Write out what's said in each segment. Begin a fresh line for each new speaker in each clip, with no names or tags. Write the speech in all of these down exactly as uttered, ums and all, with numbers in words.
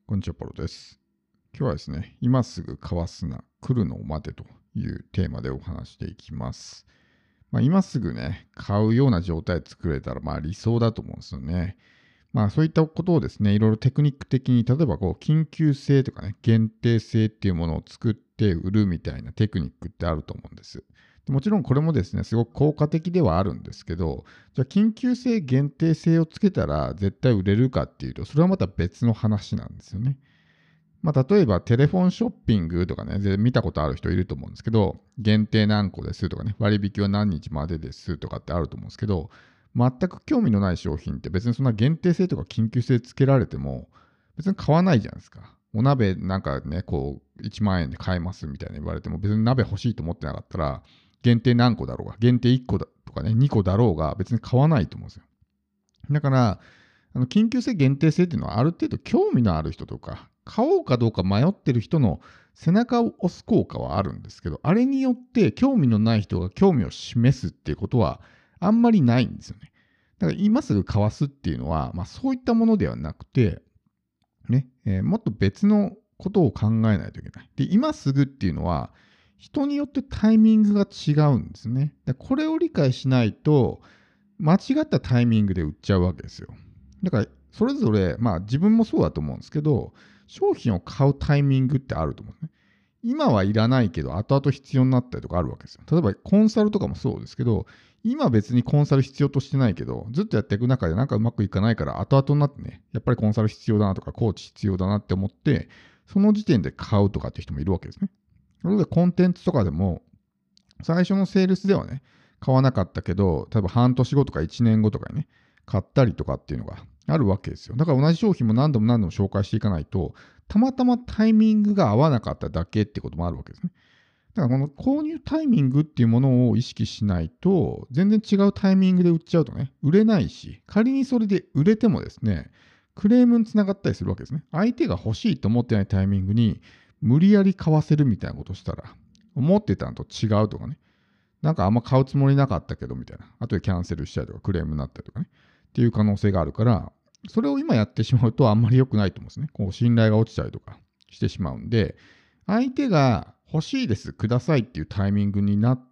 こんにちは、ポロです。今日はですね、今すぐ買わすな、来るのを待てというテーマでお話していきます。まあ、今すぐね、買うような状態作れたら、まあ理想だと思うんですよね。まあそういったことをですね、いろいろテクニック的に、例えばこう、緊急性とかね、限定性っていうものを作って売るみたいなテクニックってあると思うんです。でもちろんこれもですね、すごく効果的ではあるんですけど、じゃあ緊急性、限定性をつけたら絶対売れるかっていうと、それはまた別の話なんですよね。まあ、例えばテレフォンショッピングとかね、で見たことある人いると思うんですけど、限定何個ですとかね、割引は何日までですとかってあると思うんですけど、全く興味のない商品って別にそんな限定性とか緊急性つけられても、別に買わないじゃないですか。お鍋なんかね、こう、いちまん円で買えますみたいに言われても、別に鍋欲しいと思ってなかったら、限定何個だろうが、限定いっこだとかね、にこだろうが、別に買わないと思うんですよ。だから、あの緊急性、限定性っていうのは、ある程度興味のある人とか、買おうかどうか迷ってる人の背中を押す効果はあるんですけど、あれによって興味のない人が興味を示すっていうことはあんまりないんですよね。だから今すぐ買わすっていうのは、まあ、そういったものではなくて、ね、えーもっと別のことを考えないといけない。で、今すぐっていうのは、人によってタイミングが違うんですね。でこれを理解しないと、間違ったタイミングで売っちゃうわけですよ。だから、それぞれ、まあ自分もそうだと思うんですけど、商品を買うタイミングってあると思うんですね。今はいらないけど、後々必要になったりとかあるわけですよ。例えばコンサルとかもそうですけど、今別にコンサル必要としてないけど、ずっとやっていく中でなんかうまくいかないから、後々になってね、やっぱりコンサル必要だなとか、コーチ必要だなって思って、その時点で買うとかっていう人もいるわけですね。それでコンテンツとかでも、最初のセールスではね、買わなかったけど、例えば半年後とかいちねんごとかにね、買ったりとかっていうのがあるわけですよ。だから同じ商品も何度も何度も紹介していかないと、たまたまタイミングが合わなかっただけってこともあるわけですね。だからこの購入タイミングっていうものを意識しないと、全然違うタイミングで売っちゃうとね、売れないし、仮にそれで売れてもですね、クレームにつながったりするわけですね。相手が欲しいと思ってないタイミングに、無理やり買わせるみたいなことをしたら、思ってたのと違うとかね、なんかあんま買うつもりなかったけどみたいな、後でキャンセルしたりとかクレームになったりとかね、っていう可能性があるから、それを今やってしまうとあんまり良くないと思うんですね。こう信頼が落ちたりとかしてしまうんで、相手が欲しいです、くださいっていうタイミングになって、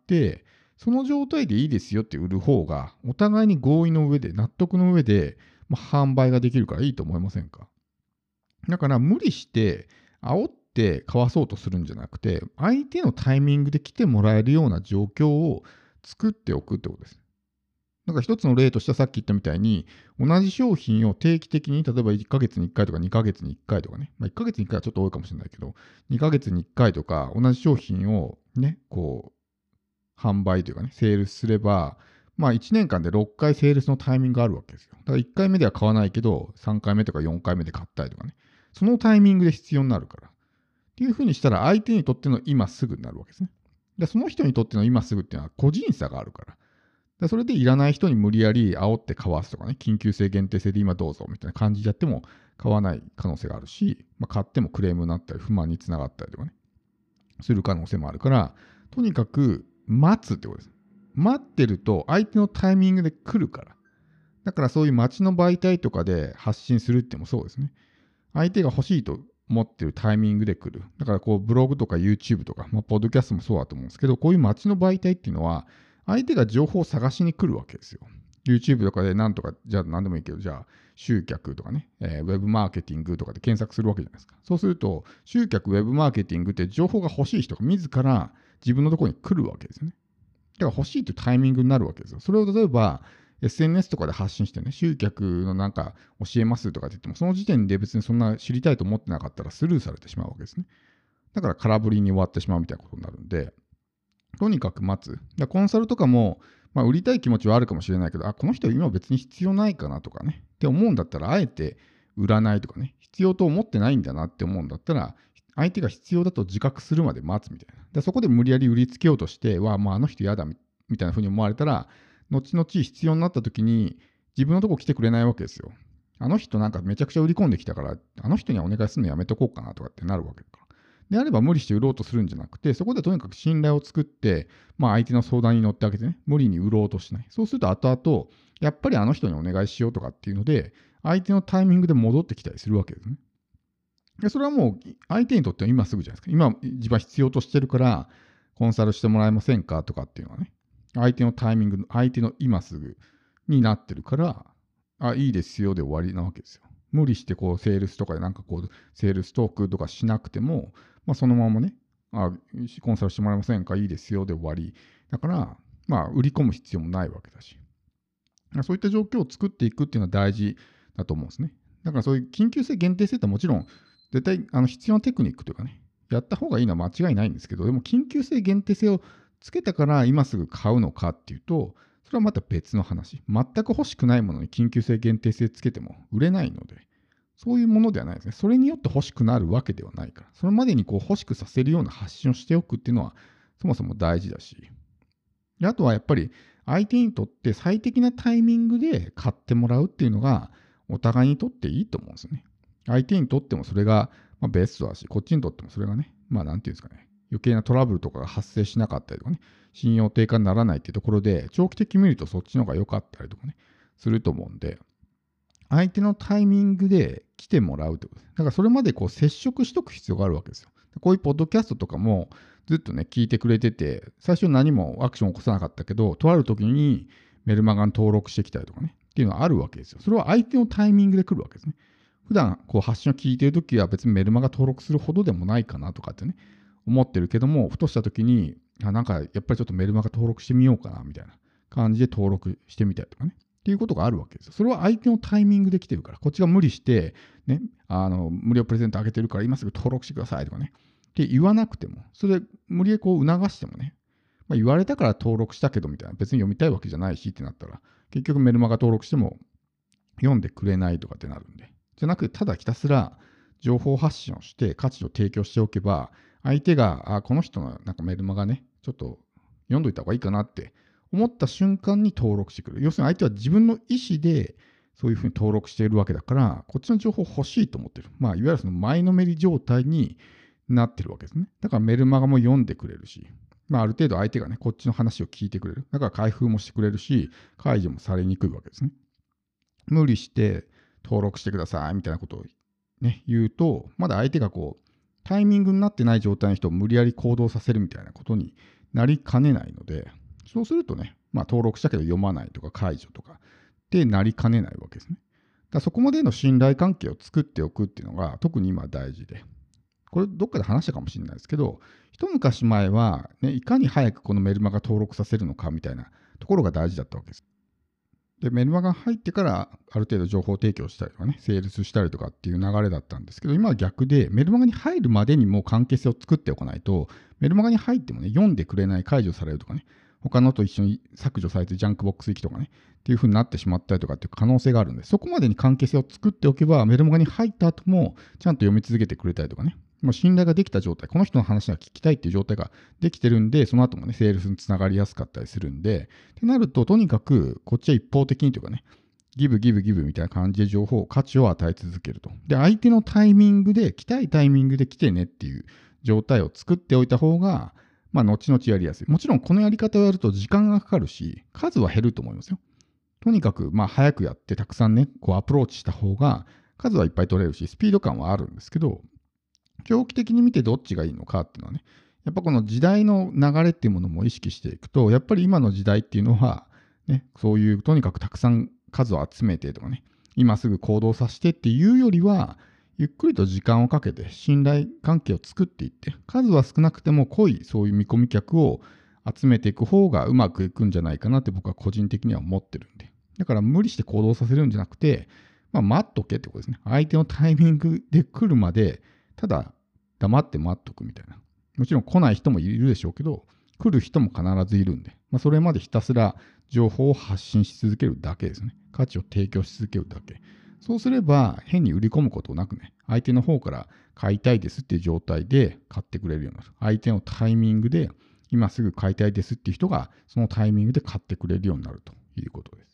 その状態でいいですよって売る方が、お互いに合意の上で、納得の上で、まあ、販売ができるからいいと思いませんか？だから無理して煽って買わそうとするんじゃなくて、相手のタイミングで来てもらえるような状況を作っておくってことです。だから一つの例としてはさっき言ったみたいに、同じ商品を定期的に、例えばいっかげつにいっかいとかにかげつにいっかいとかね、まあ、いっかげつにいっかいはちょっと多いかもしれないけど、にかげつにいっかいとか同じ商品をね、こう、販売というかね、セールスすれば、まあいちねんかんでろっかいセールスのタイミングがあるわけですよ。だからいっかいめでは買わないけど、さんかいめとかよんかいめで買ったりとかね。そのタイミングで必要になるから。っていうふうにしたら、相手にとっての今すぐになるわけですね。でその人にとっての今すぐっていうのは個人差があるから。でそれでいらない人に無理やり煽って買わすとかね、緊急性限定性で今どうぞみたいな感じでやっても買わない可能性があるし、まあ、買ってもクレームになったり不満につながったりとかね、する可能性もあるから、とにかく待つってことです。待ってると相手のタイミングで来るから。だからそういう街の媒体とかで発信するってもそうですね。相手が欲しいと思ってるタイミングで来る。だからこうブログとか YouTube とか、まあ、ポッドキャストもそうだと思うんですけど、こういう街の媒体っていうのは、相手が情報を探しに来るわけですよ。YouTube とかでなんとか、じゃあ何でもいいけど、じゃあ集客とかね、えー、ウェブマーケティングとかで検索するわけじゃないですか。そうすると、集客、ウェブマーケティングって情報が欲しい人が自ら自分のところに来るわけですよね。だから欲しいというタイミングになるわけですよ。それを例えば、エスエヌエス とかで発信してね、集客のなんか教えますとかって言っても、その時点で別にそんな知りたいと思ってなかったらスルーされてしまうわけですね。だから空振りに終わってしまうみたいなことになるんで、とにかく待つ。だコンサルとかも、まあ、売りたい気持ちはあるかもしれないけど、あ、この人今別に必要ないかなとかね、って思うんだったら、あえて売らないとかね、必要と思ってないんだなって思うんだったら、相手が必要だと自覚するまで待つみたいな。でそこで無理やり売りつけようとして、わあ、もうあの人嫌だみたいな風に思われたら、後々必要になった時に自分のとこ来てくれないわけですよ。あの人なんかめちゃくちゃ売り込んできたから、あの人にはお願いするのやめとこうかなとかってなるわけだから。であれば無理して売ろうとするんじゃなくて、そこでとにかく信頼を作って、まあ、相手の相談に乗ってあげてね、無理に売ろうとしない。そうすると後々、やっぱりあの人にお願いしようとかっていうので、相手のタイミングで戻ってきたりするわけですね。 でそれはもう相手にとっては今すぐじゃないですか。今自分は必要としてるからコンサルしてもらえませんかとかっていうのはね、相手のタイミング、相手の今すぐになってるから、あ、いいですよで終わりなわけですよ。無理してこうセールスとかでなんかこうセールストークとかしなくても、まあ、そのままね、あ、コンサルしてもらえませんか、いいですよで終わり。だから、まあ、売り込む必要もないわけだし。そういった状況を作っていくっていうのは大事だと思うんですね。だからそういう緊急性限定性ってもちろん絶対あの必要なテクニックというかね、やった方がいいのは間違いないんですけど、でも緊急性限定性をつけたから今すぐ買うのかっていうと、それはまた別の話。全く欲しくないものに緊急性限定性つけても売れないので、そういうものではないですね。それによって欲しくなるわけではないから、それまでにこう欲しくさせるような発信をしておくっていうのはそもそも大事だし、であとはやっぱり相手にとって最適なタイミングで買ってもらうっていうのがお互いにとっていいと思うんですよね。相手にとってもそれがまあベストだし、こっちにとってもそれがね、まあなんていうんですかね、余計なトラブルとかが発生しなかったりとかね、信用低下にならないっていうところで、長期的に見るとそっちの方が良かったりとかね、すると思うんで、相手のタイミングで来てもらうってことです。だからそれまでこう接触しとく必要があるわけですよ。こういうポッドキャストとかもずっとね、聞いてくれてて、最初何もアクションを起こさなかったけど、とある時にメルマガに登録してきたりとかね、っていうのはあるわけですよ。それは相手のタイミングで来るわけですね。普段こう発信を聞いている時は別にメルマガ登録するほどでもないかなとかってね、思ってるけども、ふとした時に、あ、なんかやっぱりちょっとメルマガ登録してみようかなみたいな感じで登録してみたりとかね。っていうことがあるわけですよ。それは相手のタイミングで来てるから、こっちが無理して、ね、あの無料プレゼントあげてるから今すぐ登録してくださいとかね、って言わなくても、それ無理やりこう促してもね、まあ、言われたから登録したけどみたいな、別に読みたいわけじゃないしってなったら、結局メルマガ登録しても読んでくれないとかってなるんで、じゃなくてただひたすら情報発信をして価値を提供しておけば、相手が、あ、この人のなんかメルマガね、ちょっと読んどいた方がいいかなって思った瞬間に登録してくる。要するに相手は自分の意思でそういうふうに登録しているわけだから、こっちの情報欲しいと思ってる。まあ、いわゆるその前のめり状態になってるわけですね。だからメルマガも読んでくれるし、まあ、ある程度相手がね、こっちの話を聞いてくれる。だから開封もしてくれるし、解除もされにくいわけですね。無理して登録してくださいみたいなことを、ね、言うと、まだ相手がこう、タイミングになってない状態の人を無理やり行動させるみたいなことになりかねないので、そうするとね、まあ、登録したけど読まないとか解除とかってなりかねないわけですね。だからそこまでの信頼関係を作っておくっていうのが特に今大事で、これどっかで話したかもしれないですけど、一昔前は、ね、いかに早くこのメルマガ登録させるのかみたいなところが大事だったわけです。で、メルマガ入ってからある程度情報提供したりとかね、セールスしたりとかっていう流れだったんですけど、今は逆で、メルマガに入るまでにも関係性を作っておかないと、メルマガに入ってもね、読んでくれない、解除されるとかね、他のと一緒に削除されてジャンクボックス行きとかね、っていう風になってしまったりとかっていう可能性があるんで、そこまでに関係性を作っておけば、メルマガに入った後もちゃんと読み続けてくれたりとかね、もう信頼ができた状態、この人の話が聞きたいっていう状態ができてるんで、その後もね、セールスにつながりやすかったりするんで、ってなると、とにかくこっちは一方的にというかね、ギブギブギブみたいな感じで情報、価値を与え続けると。で、相手のタイミングで、来たいタイミングで来てねっていう状態を作っておいた方が、まあ、後々やりやすい。もちろん、このやり方をやると時間がかかるし、数は減ると思いますよ。とにかく、まあ、早くやって、たくさんね、こうアプローチした方が、数はいっぱい取れるし、スピード感はあるんですけど、長期的に見てどっちがいいのかっていうのはね、やっぱこの時代の流れっていうものも意識していくと、やっぱり今の時代っていうのは、ね、そういうとにかくたくさん数を集めてとかね、今すぐ行動させてっていうよりは、ゆっくりと時間をかけて信頼関係を作っていって、数は少なくても濃いそういう見込み客を集めていく方がうまくいくんじゃないかなって僕は個人的には思ってるんで。だから無理して行動させるんじゃなくて、まあ、待っとけってことですね。相手のタイミングで来るまで、ただ黙って待っとくみたいな。もちろん来ない人もいるでしょうけど、来る人も必ずいるんで、まあ、それまでひたすら情報を発信し続けるだけですね。価値を提供し続けるだけ。そうすれば、変に売り込むことなくね、相手の方から買いたいですっていう状態で買ってくれるようになる。相手のタイミングで、今すぐ買いたいですっていう人が、そのタイミングで買ってくれるようになるということです。